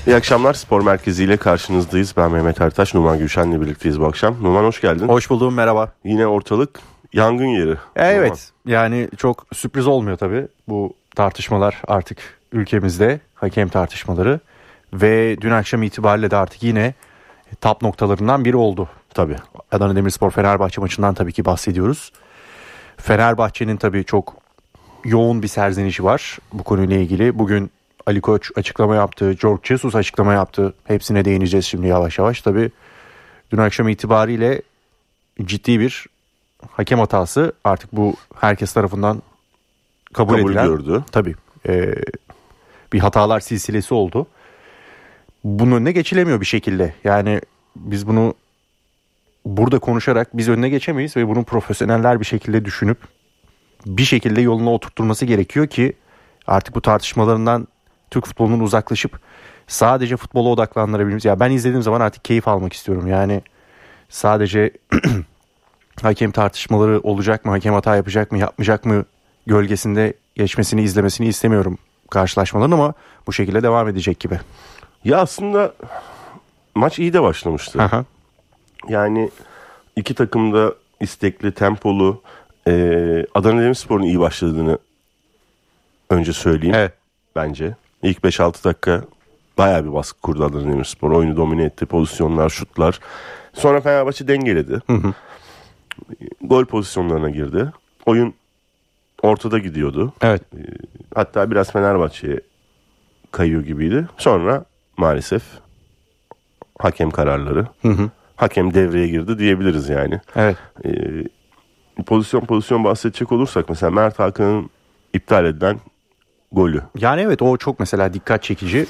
İyi akşamlar, Spor Merkezi ile karşınızdayız. Ben Mehmet Ertaş, Numan Gülşen'le birlikteyiz bu akşam. Numan hoş geldin. Hoş buldum, merhaba. Yine ortalık yangın yeri. Evet, yani çok sürpriz olmuyor tabii bu tartışmalar artık ülkemizde, hakem tartışmaları. Ve dün akşam itibariyle de artık yine top noktalarından biri oldu. Tabii. Adana Demirspor Fenerbahçe maçından tabii ki bahsediyoruz. Fenerbahçe'nin tabii çok yoğun bir serzenişi var bu konuyla ilgili. Bugün Ali Koç açıklama yaptı, Jorge Jesus açıklama yaptı. Hepsine değineceğiz şimdi yavaş yavaş. Tabii dün akşam itibariyle ciddi bir hakem hatası, artık bu herkes tarafından kabul edilen gördü. Tabii bir hatalar silsilesi oldu. Bunun önüne geçilemiyor bir şekilde. Yani biz bunu burada konuşarak biz önüne geçemeyiz ve bunu profesyoneller bir şekilde düşünüp bir şekilde yoluna oturtulması gerekiyor ki artık bu tartışmalarından Türk futbolunun uzaklaşıp sadece futbola odaklandırabilmemiz. Ya ben izlediğim zaman artık keyif almak istiyorum. Yani sadece hakem tartışmaları olacak mı, hakem hata yapacak mı, yapmayacak mı gölgesinde geçmesini, izlemesini istemiyorum karşılaşmaların, ama bu şekilde devam edecek gibi. Ya aslında maç iyi de başlamıştı. Aha. Yani iki takım da istekli, tempolu. Adana Demirspor'un iyi başladığını önce söyleyeyim. Evet. Bence. İlk 5-6 dakika bayağı bir baskı kurdu Adana Demirspor. Oyunu domine etti. Pozisyonlar, şutlar. Sonra Fenerbahçe dengeledi. Gol pozisyonlarına girdi. Oyun ortada gidiyordu. Evet. Hatta biraz Fenerbahçe'ye kayıyor gibiydi. Sonra maalesef hakem kararları. Hakem devreye girdi diyebiliriz yani. Evet. Pozisyon bahsedecek olursak mesela Mert Hakan'ın iptal edilen golü. Yani evet, o çok mesela dikkat çekici.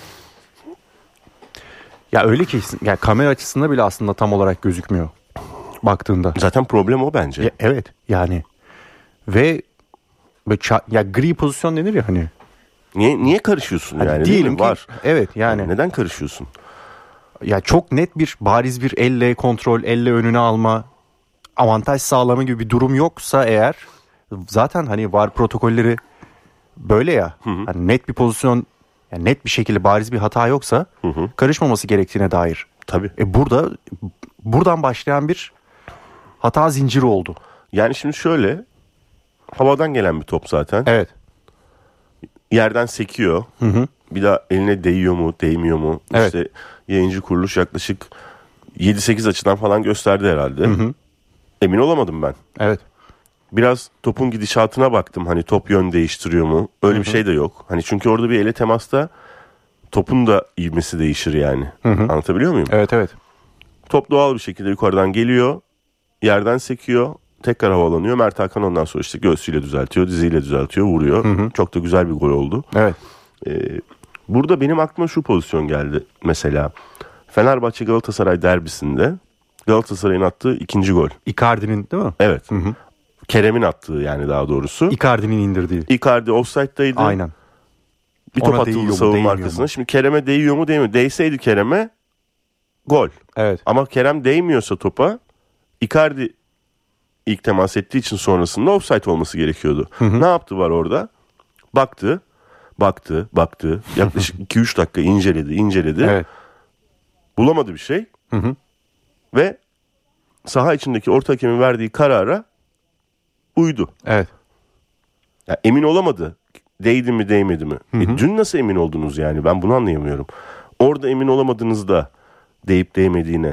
Ya öyle ki ya kamera açısında bile aslında tam olarak gözükmüyor baktığında. Zaten problem o bence. Ya, evet yani. Ve ya gri pozisyon denir ya hani. Niye karışıyorsun Hani yani? diyelim değil mi? ki, Var. evet yani. Neden karışıyorsun? Ya çok net bir bariz bir elle kontrol, elle önüne alma, avantaj sağlama gibi bir durum yoksa eğer, zaten hani VAR protokolleri böyle ya. Hani net bir pozisyon, yani net bir şekilde bariz bir hata yoksa karışmaması gerektiğine dair. Tabii. Buradan başlayan bir hata zinciri oldu. Yani şimdi şöyle, havadan gelen bir top zaten. Evet. Yerden sekiyor. Bir daha eline değiyor mu, değmiyor mu? Evet. İşte yayıncı kuruluş yaklaşık 7-8 açıdan falan gösterdi herhalde. Emin olamadım ben. Evet. Biraz topun gidişatına baktım. Hani top yön değiştiriyor mu? Öyle bir şey de yok. Hani çünkü orada bir ele temasta topun da ivmesi değişir yani. Anlatabiliyor muyum? Evet, evet. Top doğal bir şekilde yukarıdan geliyor. Yerden sekiyor. Tekrar havalanıyor. Mert Hakan ondan sonra işte göğsüyle düzeltiyor, diziyle düzeltiyor, vuruyor. Çok da güzel bir gol oldu. Evet. Burada benim aklıma şu pozisyon geldi mesela. Fenerbahçe Galatasaray derbisinde Galatasaray'ın attığı ikinci gol. Icardi'nin değil mi? Evet. Kerem'in attığı yani daha doğrusu. Icardi'nin indirdiği. Icardi offside'daydı. Aynen. Bir top Ona atıldı değiyor mu, savunma değmiyor arkasına. mu? Şimdi Kerem'e değiyor mu değmiyor mu? Değseydi Kerem'e gol. Evet. Ama Kerem değmiyorsa topa, Icardi ilk temas ettiği için sonrasında offside olması gerekiyordu. Ne yaptı var orada? Baktı. Yaklaşık 2-3 dakika inceledi. Evet. Bulamadı bir şey. Ve saha içindeki orta hakemin verdiği karara uydu. Evet. Ya emin olamadı. Değdi mi değmedi mi? Dün nasıl emin oldunuz yani? Ben bunu anlayamıyorum. Orada emin olamadığınızda değip değmediğine.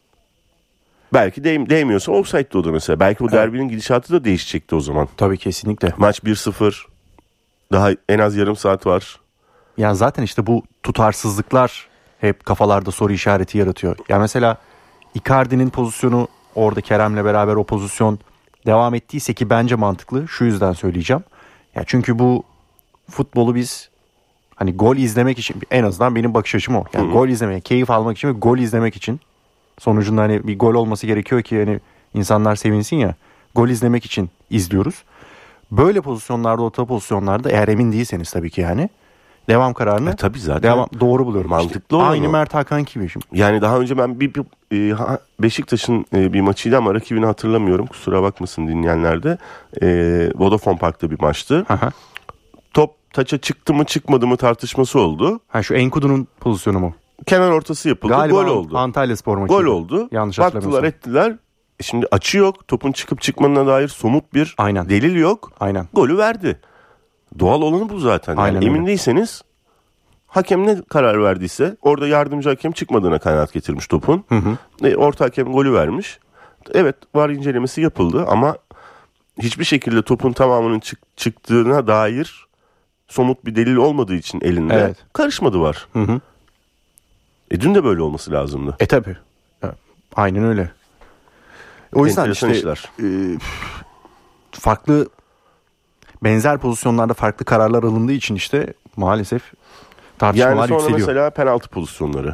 Belki değmiyorsa offside'di o da mesela. Belki o derbinin gidişatı da değişecekti o zaman. Tabii, kesinlikle. Maç 1-0. Daha en az yarım saat var. Ya zaten işte bu tutarsızlıklar hep kafalarda soru işareti yaratıyor. Ya mesela Icardi'nin pozisyonu, orada Kerem'le beraber o pozisyon devam ettiyse, ki bence mantıklı. Şu yüzden söyleyeceğim. Ya çünkü bu futbolu biz hani gol izlemek için, en azından benim bakış açım o. Yani gol izlemeye, keyif almak için ve gol izlemek için, sonucunda hani bir gol olması gerekiyor ki hani insanlar sevinsin ya. Gol izlemek için izliyoruz. Böyle pozisyonlarda, orta pozisyonlarda, eğer emin değilseniz tabii ki yani, devam kararını Tabii zaten doğru buluyorum. mantıklı İşte. olan Aynı o. Mert Hakan gibi şimdi. Yani daha önce ben Beşiktaş'ın bir maçıydı ama rakibini hatırlamıyorum. Kusura bakmasın dinleyenler de. Vodafone Park'ta bir maçtı. Top taça çıktı mı çıkmadı mı tartışması oldu. Ha, şu Enkudu'nun pozisyonu mu? kenar ortası yapıldı. Galiba gol oldu. Antalyaspor maçı. Gol oldu. Yanlış Baktılar hatırlamıyorsam. ettiler. Şimdi açı yok. Topun çıkıp çıkmadığına dair somut bir Aynen. delil yok. Aynen. Golü verdi. Doğal olanı bu zaten. Yani Aynen emin öyle. değilseniz hakem ne karar verdiyse orada yardımcı hakem çıkmadığına kanaat getirmiş topun. Orta hakem golü vermiş. Evet, VAR incelemesi yapıldı ama hiçbir şekilde topun tamamının çıktığına dair somut bir delil olmadığı için elinde Evet. karışmadı VAR. Dün de böyle olması lazımdı. Tabii. Evet, aynen öyle. O yüzden Enteresan işte işler. farklı benzer pozisyonlarda farklı kararlar alındığı için işte maalesef tartışmalar Yani sonra yükseliyor. mesela penaltı pozisyonları.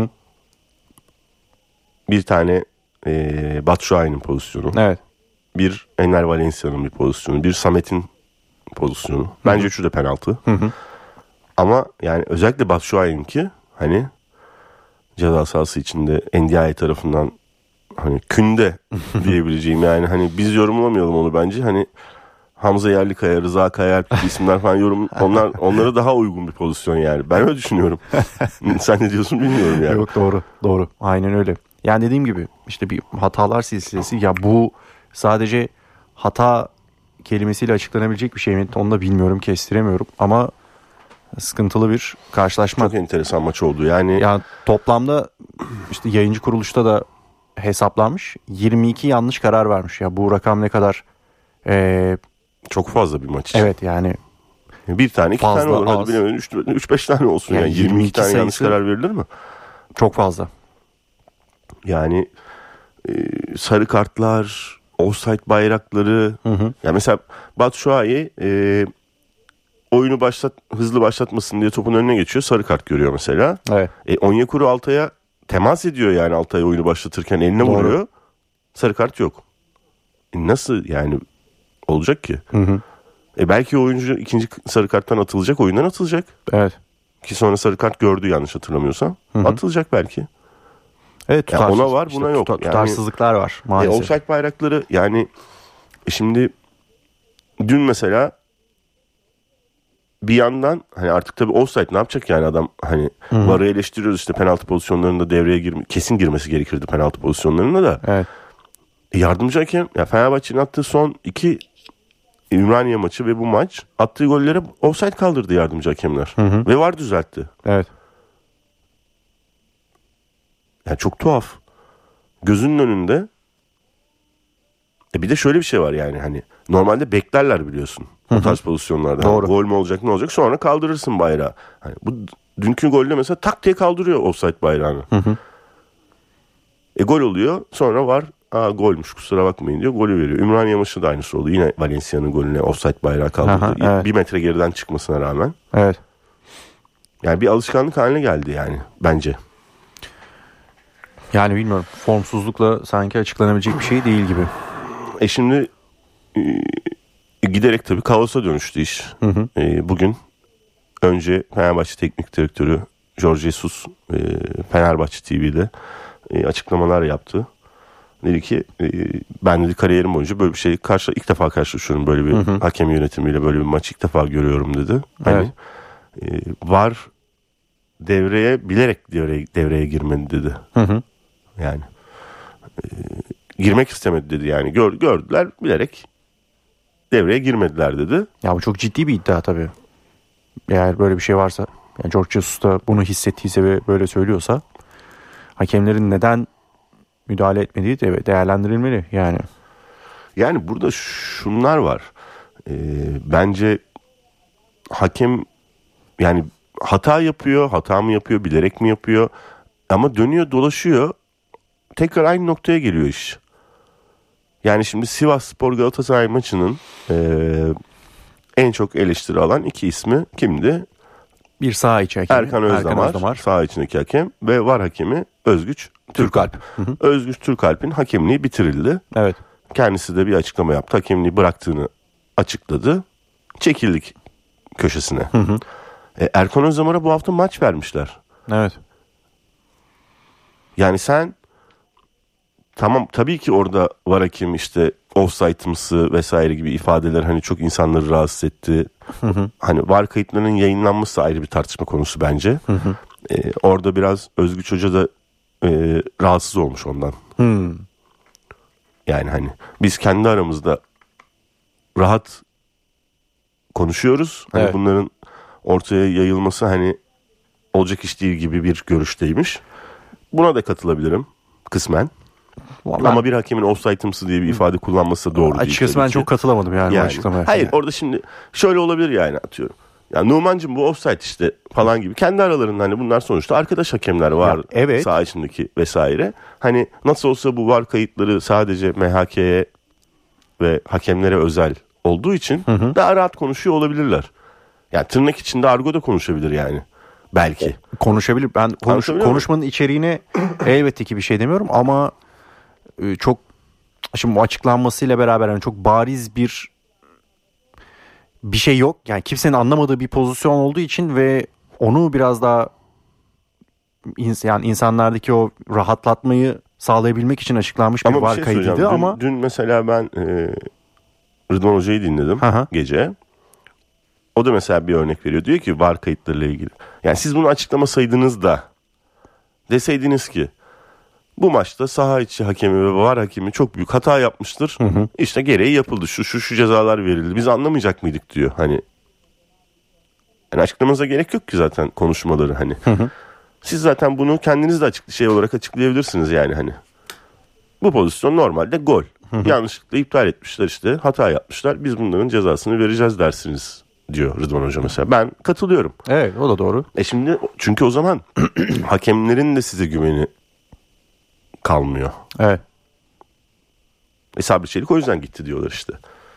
Bir tane Batshuayi'nin pozisyonu. Evet. Bir Enner Valencia'nın bir pozisyonu. Bir Samet'in pozisyonu. Bence üçü de penaltı. Ama yani özellikle Batshuayi'ninki hani ceza sahası içinde NDI tarafından hani künde diyebileceğim, yani hani biz yorumlamayalım onu bence. Hani Hamza Yerlikaya, Rıza Kayaalp gibi isimler falan onlara daha uygun bir pozisyon yani. Ben öyle düşünüyorum. Sen ne diyorsun bilmiyorum yani. Yok, doğru. Aynen öyle. Yani dediğim gibi işte bir hatalar silsilesi, ya bu sadece hata kelimesiyle açıklanabilecek bir şey mi? Onu da bilmiyorum, kestiremiyorum ama sıkıntılı bir karşılaşma. Çok enteresan maç oldu yani. Yani toplamda işte yayıncı kuruluşta da hesaplanmış 22 yanlış karar vermiş. Ya bu rakam ne kadar Çok fazla bir maç için. evet yani Bir tane, iki fazla, tane olur. az. Hadi bilemedim 3-5 tane olsun. Yani Yani 22 tane yanlış sayısı karar verilir mi? çok fazla. Yani sarı kartlar, offside bayrakları. Yani mesela Batshuayi oyunu hızlı başlatmasın diye topun önüne geçiyor. Sarı kart görüyor mesela. Evet. Onyekuru Altay'a temas ediyor, yani Altay oyunu başlatırken eline Doğru. vuruyor. Sarı kart yok. Nasıl yani olacak ki? Belki oyuncu ikinci sarı karttan atılacak, oyundan atılacak. Evet. Ki sonra sarı kart gördü yanlış hatırlamıyorsam. Atılacak belki. Evet, Ya ona var, buna yok. Tutarsızlıklar var maalesef. Offside bayrakları yani şimdi dün mesela bir yandan hani artık tabii offside ne yapacak yani adam, hani VAR'ı eleştiriyoruz işte, penaltı pozisyonlarında devreye kesin girmesi gerekirdi penaltı pozisyonlarında da. Evet. Yardımcı hakem, ya Fenerbahçe'nin attığı son 2 Ümraniye maçı ve bu maç attığı gollere offside kaldırdı yardımcı hakemler. Ve VAR düzeltti. Evet. Yani çok tuhaf. Gözünün önünde. Bir de şöyle bir şey var yani, hani normalde beklerler biliyorsun o tarz pozisyonlarda. Doğru. Hani gol mü olacak, ne olacak, sonra kaldırırsın bayrağı. Hani bu dünkü golde mesela tak diye kaldırıyor offside bayrağını. Gol oluyor, sonra var. Golmüş, kusura bakmayın diyor, golü veriyor. Ümraniye maçı da aynısı oldu. Yine Valencia'nın golüne offside bayrağı kaldırdı. Evet. 1 metre geriden çıkmasına rağmen. Evet. Yani bir alışkanlık haline geldi yani bence. Yani bilmiyorum. Formsuzlukla sanki açıklanabilecek bir şey değil gibi. Şimdi giderek tabii kaosa dönüştü iş. Bugün önce Fenerbahçe Teknik Direktörü Jorge Jesus Fenerbahçe TV'de açıklamalar yaptı. Dedi ki ben dedi kariyerim boyunca böyle bir şey ilk defa karşılaşıyorum, böyle bir hakem yönetimiyle böyle bir maç ilk defa görüyorum dedi. Hani VAR bilerek devreye girmedi dedi. Yani girmek istemedi dedi yani. Gördüler, bilerek devreye girmediler dedi. Ya bu çok ciddi bir iddia tabii. Eğer böyle bir şey varsa, yani Jorge Jesus da bunu hissettiyse ve böyle söylüyorsa, hakemlerin neden müdahale etmediği de değerlendirilmeli yani. Yani burada şunlar var. Bence hakem yani hata yapıyor, hata mı yapıyor, bilerek mi yapıyor? Ama dönüyor dolaşıyor, tekrar aynı noktaya geliyor iş. Yani şimdi Sivasspor Galatasaray maçının en çok eleştiri alan 2 ismi kimdi? Bir saha içi hakemi Erkan Özdamar, saha içindeki hakem, ve VAR hakemi Özgüç Türkalp. Özgüç Türkalp'in hakemliği bitirildi. Evet. Kendisi de bir açıklama yaptı. Hakemliği bıraktığını açıkladı. Çekildik köşesine. Erkan Özdamar'a bu hafta maç vermişler. Evet. Yani sen tamam, tabii ki orada VAR hakem işte offside'ımsı vesaire gibi ifadeler hani çok insanları rahatsız etti. Hani VAR kayıtlarının yayınlanması ayrı bir tartışma konusu bence. Orada biraz Özgüç Hoca da rahatsız olmuş ondan. Yani hani biz kendi aramızda rahat konuşuyoruz. Hani Evet. bunların ortaya yayılması hani olacak iş değil gibi bir görüşteymiş. Buna da katılabilirim kısmen. Vallahi Ama bir hakemin offside'ımsı diye bir ifade kullanması da doğru değil. açıkçası ben çok katılamadım yani bu açıklamaya. Hayır, orada şimdi şöyle olabilir yani, atıyorum. Ya Numan'cığım bu offside işte falan gibi. Kendi aralarında hani bunlar sonuçta arkadaş hakemler var. Ya, evet. Saha içindeki vesaire. Hani nasıl olsa bu VAR kayıtları sadece MHK'ye ve hakemlere özel olduğu için daha rahat konuşuyor olabilirler. Yani tırnak içinde argo da konuşabilir yani. Belki. Konuşabilir. Ben konuşmanın içeriğine elbette ki bir şey demiyorum ama çok şimdi bu açıklanmasıyla beraber yani çok bariz bir şey yok. Yani kimsenin anlamadığı bir pozisyon olduğu için ve onu biraz daha yani insanlardaki o rahatlatmayı sağlayabilmek için açıklanmış bir Ama VAR kaydıydı ama dün mesela ben Rıdvan Hoca'yı dinledim gece. O da mesela bir örnek veriyor. Diyor ki VAR kayıtlarıyla ilgili. Yani siz bunu açıklamasaydınız da deseydiniz ki bu maçta saha içi hakemi ve VAR hakemi çok büyük hata yapmıştır. İşte gereği yapıldı. Şu cezalar verildi. Biz anlamayacak mıydık diyor. Hani yani açıklamanıza gerek yok ki zaten konuşmaları hani. Siz zaten bunu kendiniz de olarak açıklayabilirsiniz yani hani. Bu pozisyon normalde gol. Yanlışlıkla iptal etmişler işte. Hata yapmışlar. Biz bunların cezasını vereceğiz dersiniz diyor Rıdvan Hoca mesela. Ben katılıyorum. evet o da doğru. Şimdi çünkü o zaman hakemlerin de size güveni kalmıyor. Evet. Sabri Çelik o yüzden gitti diyorlar işte.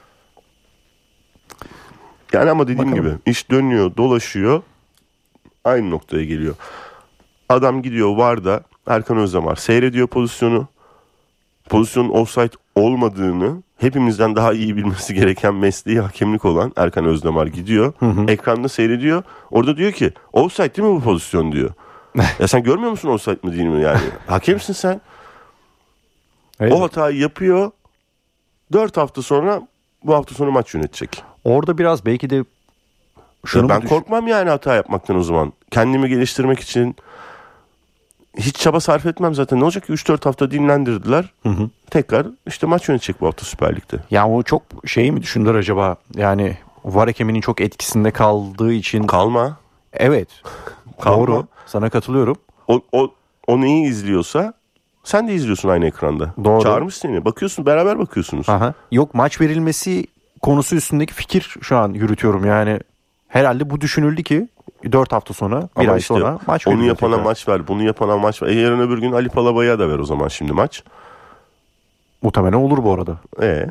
Yani ama dediğim gibi iş dönüyor, dolaşıyor. Aynı noktaya geliyor. Adam gidiyor VAR'da, Erkan Özdamar seyrediyor pozisyonu. Pozisyonun offside olmadığını hepimizden daha iyi bilmesi gereken mesleği hakemlik olan Erkan Özdamar gidiyor. Ekranda seyrediyor. Orada diyor ki offside değil mi bu pozisyon diyor. Ya sen görmüyor musun offside mi değil mi yani? Hakemsin sen. Evet. O hatayı yapıyor. 4 hafta sonra bu hafta sonu maç yönetecek. Orada biraz belki de Ben korkmam yani hata yapmaktan o zaman. Kendimi geliştirmek için hiç çaba sarf etmem zaten. Ne olacak ki 3-4 hafta dinlendirdiler. Tekrar işte maç yönetecek bu hafta Süper Lig'de. Yani o çok şeyi mi düşündüler acaba? Yani VAR hakeminin çok etkisinde kaldığı için. Kalma. Evet. Kalma. Doğru. Sana katılıyorum. O neyi izliyorsa sen de izliyorsun aynı ekranda. Doğru. Çağırmış seni. Bakıyorsun, beraber bakıyorsunuz. Aha. Yok, maç verilmesi konusu üstündeki fikir şu an yürütüyorum. Yani herhalde bu düşünüldü ki 4 hafta sonra, bir ama ay işte sonra maç onu veriliyor yapana tekrar. maç ver, bunu yapana maç ver. Yarın öbür gün Ali Palaba'ya da ver o zaman şimdi maç. Muhtemelen olur bu arada.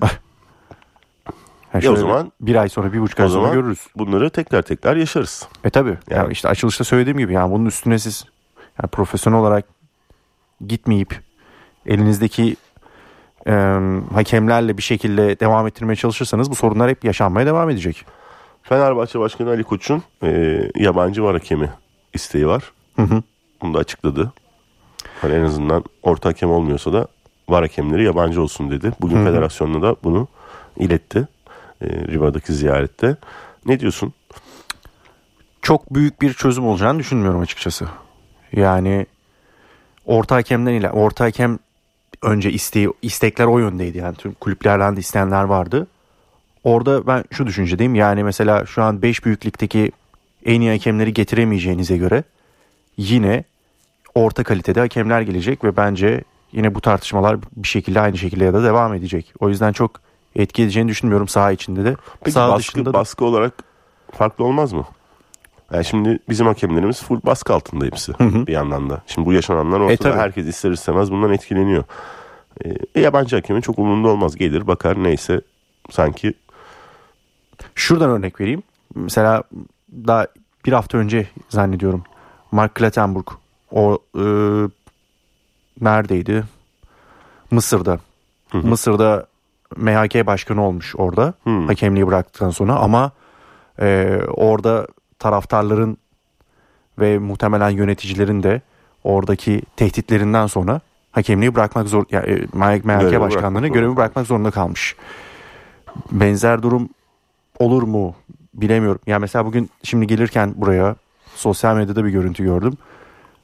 Yani o zaman bir ay sonra, 1,5 ay sonra görürüz. Bunları tekrar yaşarız. Tabii. Yani işte açılışta söylediğim gibi yani bunun üstüne siz yani profesyonel olarak gitmeyip elinizdeki hakemlerle bir şekilde devam ettirmeye çalışırsanız bu sorunlar hep yaşanmaya devam edecek. Fenerbahçe Başkanı Ali Koç'un yabancı VAR hakemi isteği var. Bunu da açıkladı. Hani en azından orta hakem olmuyorsa da VAR hakemleri yabancı olsun dedi. Bugün federasyonla da bunu iletti. Riva'daki ziyarette. Ne diyorsun? Çok büyük bir çözüm olacağını düşünmüyorum açıkçası. Yani orta hakem önce istekler o yöndeydi. Yani tüm kulüplerden de isteyenler vardı. Orada ben şu düşüncedeyim. Yani mesela şu an 5 büyük ligdeki en iyi hakemleri getiremeyeceğinize göre yine orta kalitede hakemler gelecek ve bence yine bu tartışmalar bir şekilde aynı şekilde ya da devam edecek. O yüzden çok etki edeceğini düşünmüyorum saha içinde de. Peki saha dışında baskı olarak farklı olmaz mı? Yani şimdi bizim hakemlerimiz full baskı altında hepsi bir yandan da. Şimdi bu yaşananlar ortada, herkes ister istemez bundan etkileniyor. Yabancı hakemin çok umurunda olmaz. Gelir bakar, neyse sanki. Şuradan örnek vereyim. Mesela daha bir hafta önce zannediyorum Mark Clattenburg o neredeydi? Mısır'da. Mısır'da MHK başkanı olmuş orada. Hakemliği bıraktıktan sonra ama orada taraftarların ve muhtemelen yöneticilerin de oradaki tehditlerinden sonra hakemliği bırakmak zor, yani MHK başkanlığını görevi bırakmak zorunda kalmış. Benzer durum olur mu bilemiyorum. Yani mesela bugün şimdi gelirken buraya sosyal medyada bir görüntü gördüm.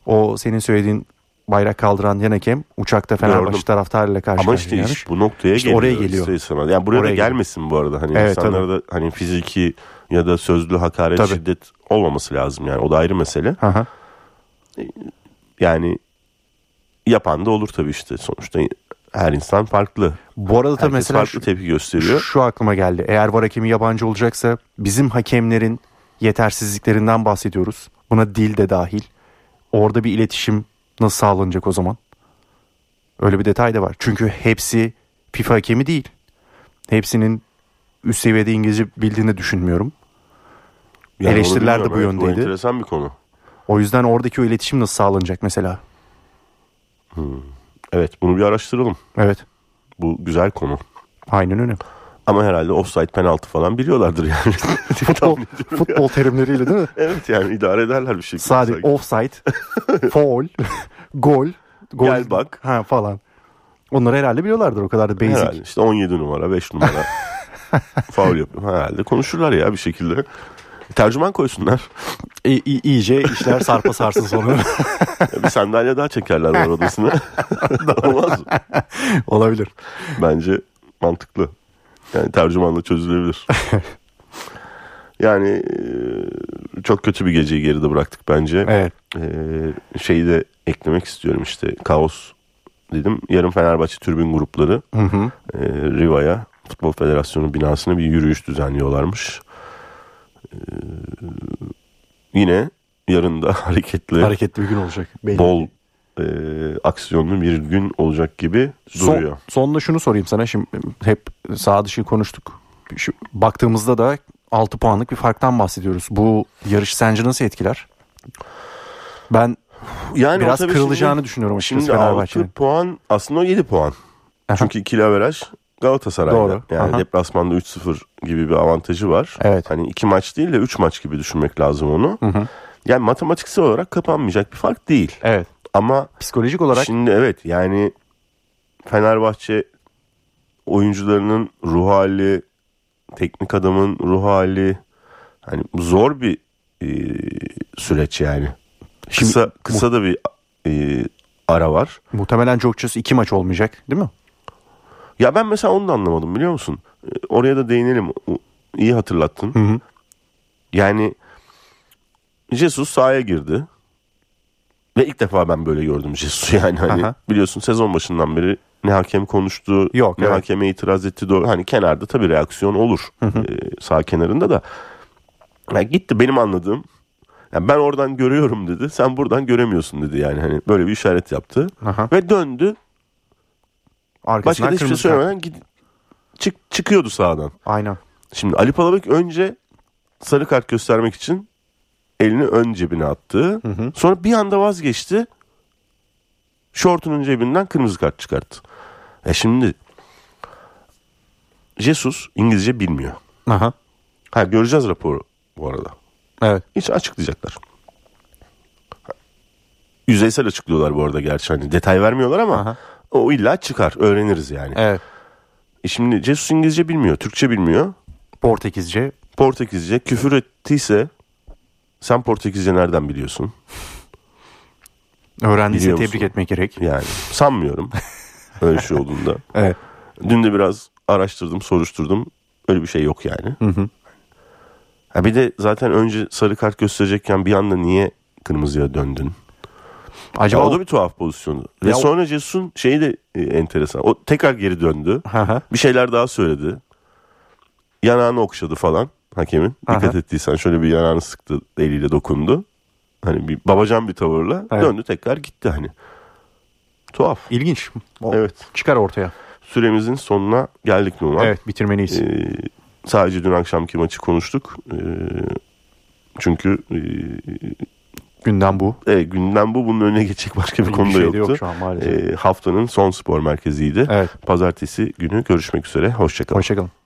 O senin söylediğin bayrak kaldıran yan hakem uçakta Fenerbahçe Gördüm. taraftarıyla Ama karşılaşmış. işte bu noktaya İşte geliyor. oraya geliyor. İster istemez. Yani buraya Oraya da gelmesin bu arada. Hani Evet, insanlara da hani fiziki ya da sözlü hakaret, Tabii. şiddet olmaması lazım yani. O da ayrı mesele. Hı hı. Yani yapan da olur tabii işte. Sonuçta her insan farklı. Bu arada da Herkes mesela farklı tepki gösteriyor. şu aklıma geldi. Eğer VAR hakemi yabancı olacaksa bizim hakemlerin yetersizliklerinden bahsediyoruz. Buna dil de dahil. Orada bir iletişim nasıl sağlanacak o zaman? Öyle bir detay da var. Çünkü hepsi FIFA hakemi değil. Hepsinin üst seviyede İngilizce bildiğini düşünmüyorum. Yani Eleştiriler onu de bu bilmiyorum. Evet, yöndeydi. o enteresan bir konu. O yüzden oradaki o iletişim nasıl sağlanacak mesela? Evet, bunu bir araştıralım. Evet. Bu güzel konu. Aynen öyle. Ama herhalde offside, penaltı falan biliyorlardır yani. Futbol terimleriyle değil mi? Evet, yani idare ederler bir şekilde. Sadece sanki. offside, foul, gol, Gel bak. ha falan. Onları herhalde biliyorlardır, o kadar da basic. Herhalde işte 17 numara, 5 numara faul yapıyor. Herhalde konuşurlar ya bir şekilde. Tercüman koysunlar. İyice işler sarpa sarsın sonra. Bir sandalye daha çekerler var odasına. Olmaz mı? Olabilir. Bence mantıklı. Yani tercümanla çözülebilir. Yani çok kötü bir geceyi geride bıraktık bence. Evet. Şeyi de eklemek istiyorum işte. Kaos dedim. Yarın Fenerbahçe tribün grupları Riva'ya, Futbol Federasyonu binasına bir yürüyüş düzenliyorlarmış. Yine yarın da Hareketli bir gün olacak. Belli. bol aksiyonlu bir gün olacak gibi duruyor. Sonunda şunu sorayım sana. Şimdi hep sağ dışı konuştuk. Baktığımızda da 6 puanlık bir farktan bahsediyoruz. Bu yarış sence nasıl etkiler? Ben Yani biraz o tabii kırılacağını düşünüyorum açıkçası şimdi Fenerbahçe'nin. 6 puan aslında o 7 puan. Aha. Çünkü ikili averaj Galatasaray'da. Doğru. Yani Aha. deplasmanda 3-0 gibi bir avantajı var. Evet. Hani 2 maç değil de 3 maç gibi düşünmek lazım onu. Yani matematiksel olarak kapanmayacak bir fark değil. Evet. Ama Psikolojik olarak şimdi evet yani Fenerbahçe oyuncularının ruh hali, teknik adamın ruh hali, hani zor bir süreç yani. Şimdi Kısa da bir ara var. muhtemelen çok 2 maç olmayacak, değil mi? Ya ben mesela onu da anlamadım, biliyor musun? Oraya da değinelim. İyi hatırlattın. Yani Jesus sahaya girdi. Ve ilk defa ben böyle gördüm Jesus'u yani. Hani biliyorsun sezon başından beri ne hakem konuştu, Yok, ne evet. hakeme itiraz etti. Doğru. Hani kenarda tabii reaksiyon olur. Sağ kenarında da. Yani gitti, benim anladığım. Yani ben oradan görüyorum dedi. Sen buradan göremiyorsun dedi yani. Hani böyle bir işaret yaptı. Ve döndü. Arkasından Başka da hiçbir şey söylemeden çıkıyordu sahadan. Aynen. Şimdi Ali Palabıyık önce sarı kart göstermek için elini ön cebine attı. Sonra bir anda vazgeçti. Şortunun cebinden kırmızı kart çıkarttı. Şimdi Jesus İngilizce bilmiyor. Göreceğiz raporu bu arada. Evet. Hiç açıklayacaklar. Yüzeysel açıklıyorlar bu arada gerçi. Hani detay vermiyorlar ama o illa çıkar. Öğreniriz yani. Evet. Şimdi Jesus İngilizce bilmiyor. Türkçe bilmiyor. Portekizce. Küfür ettiyse sen Portekizce nereden biliyorsun? Öğrendiyse Biliyor tebrik musun? etmek gerek. Yani sanmıyorum öyle şey olduğunda. Evet. Dün de biraz araştırdım, soruşturdum. Öyle bir şey yok yani. Bir de zaten önce sarı kart gösterecekken bir anda niye kırmızıya döndün? Acaba O da bir tuhaf pozisyonu. Ve sonra Jesus'un şeyi de enteresan. O tekrar geri döndü. Bir şeyler daha söyledi. Yanağını okşadı falan hakemin. Dikkat ettiysen şöyle bir yanağını sıktı, eliyle dokundu. Hani bir babacan bir tavırla döndü, tekrar gitti hani. Tuhaf. İlginç. Evet. Çıkar ortaya. Süremizin sonuna geldik Numan. Evet, bitirmeliyiz. Sadece dün akşamki maçı konuştuk. Çünkü gündem bu. Gündem bu. Bunun önüne geçecek başka bir konu da şey yoktu. yok şu an maalesef. Haftanın son spor merkeziydi. Evet. Pazartesi günü görüşmek üzere. Hoşçakalın. Hoşçakalın.